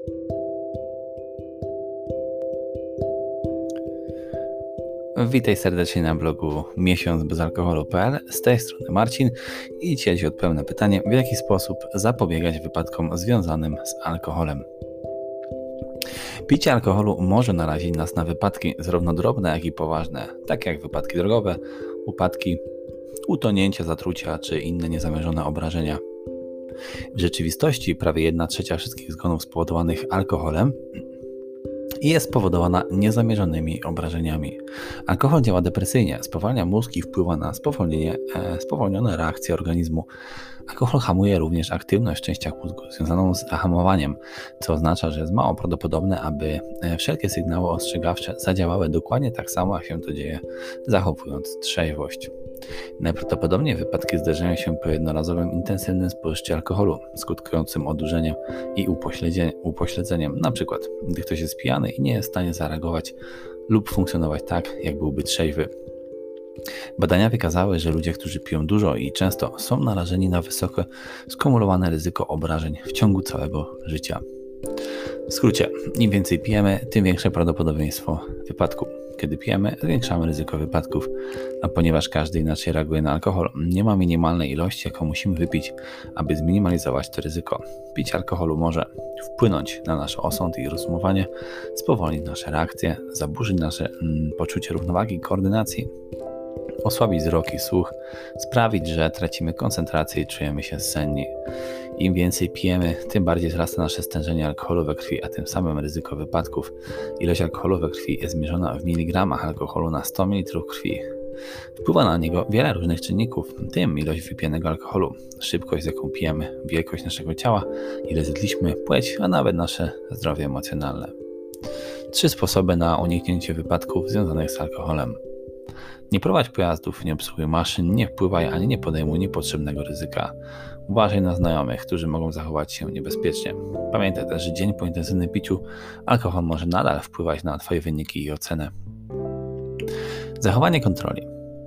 Witaj serdecznie na blogu miesiącbezalkoholu.pl. Z tej strony Marcin i dzisiaj Ci odpowiem na pytanie, w jaki sposób zapobiegać wypadkom związanym z alkoholem. Picie alkoholu może narazić nas na wypadki zarówno drobne, jak i poważne, takie jak wypadki drogowe, upadki, utonięcia, zatrucia czy inne niezamierzone obrażenia. W rzeczywistości prawie 1/3 wszystkich zgonów spowodowanych alkoholem jest spowodowana niezamierzonymi obrażeniami. Alkohol działa depresyjnie, spowalnia mózg i wpływa na spowolnione reakcje organizmu. Alkohol hamuje również aktywność w częściach mózgu związaną z hamowaniem, co oznacza, że jest mało prawdopodobne, aby wszelkie sygnały ostrzegawcze zadziałały dokładnie tak samo, jak się to dzieje, zachowując trzeźwość. Najprawdopodobniej wypadki zdarzają się po jednorazowym intensywnym spożyciu alkoholu, skutkującym odurzeniem i upośledzeniem, np. gdy ktoś jest pijany i nie jest w stanie zareagować lub funkcjonować tak, jak byłby trzeźwy. Badania wykazały, że ludzie, którzy piją dużo i często, są narażeni na wysokie skumulowane ryzyko obrażeń w ciągu całego życia. W skrócie, im więcej pijemy, tym większe prawdopodobieństwo wypadku. Kiedy pijemy, zwiększamy ryzyko wypadków, a ponieważ każdy inaczej reaguje na alkohol, nie ma minimalnej ilości, jaką musimy wypić, aby zminimalizować to ryzyko. Picie alkoholu może wpłynąć na nasz osąd i rozumowanie, spowolnić nasze reakcje, zaburzyć nasze poczucie równowagi i koordynacji, osłabić wzrok i słuch, sprawić, że tracimy koncentrację i czujemy się senni. Im więcej pijemy, tym bardziej wzrasta nasze stężenie alkoholu we krwi, a tym samym ryzyko wypadków. Ilość alkoholu we krwi jest mierzona w miligramach alkoholu na 100 ml krwi. Wpływa na niego wiele różnych czynników, w tym ilość wypijanego alkoholu, szybkość, z jaką pijemy, wielkość naszego ciała, ile zjedliśmy, płeć, a nawet nasze zdrowie emocjonalne. 3 sposoby na uniknięcie wypadków związanych z alkoholem. Nie prowadź pojazdów, nie obsługuj maszyn, nie wpływaj ani nie podejmuj niepotrzebnego ryzyka. Uważaj na znajomych, którzy mogą zachować się niebezpiecznie. Pamiętaj też, że dzień po intensywnym piciu alkohol może nadal wpływać na Twoje wyniki i ocenę. Zachowanie kontroli.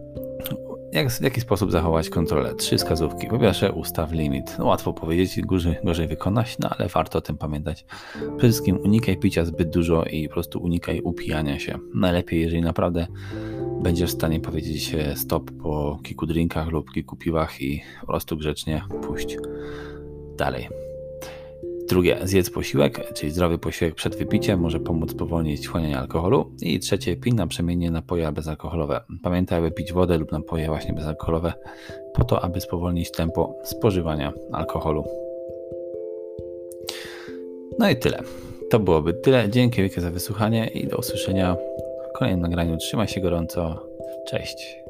W jaki sposób zachować kontrolę? 3 wskazówki. Po pierwsze, ustaw limit. Łatwo powiedzieć, gorzej wykonać, ale warto o tym pamiętać. Przede wszystkim unikaj picia zbyt dużo i po prostu unikaj upijania się. Najlepiej, jeżeli naprawdę będziesz w stanie powiedzieć stop po kilku drinkach lub kilku piwach i po prostu grzecznie pójść dalej. Drugie, zjedz posiłek, czyli zdrowy posiłek przed wypiciem może pomóc spowolnić wchłanianie alkoholu. I trzecie, pij naprzemiennie napoje bezalkoholowe. Pamiętaj, aby pić wodę lub napoje właśnie bezalkoholowe po to, aby spowolnić tempo spożywania alkoholu. No i tyle. To byłoby tyle. Dzięki wielkie za wysłuchanie i do usłyszenia w kolejnym nagraniu. Trzymaj się gorąco. Cześć.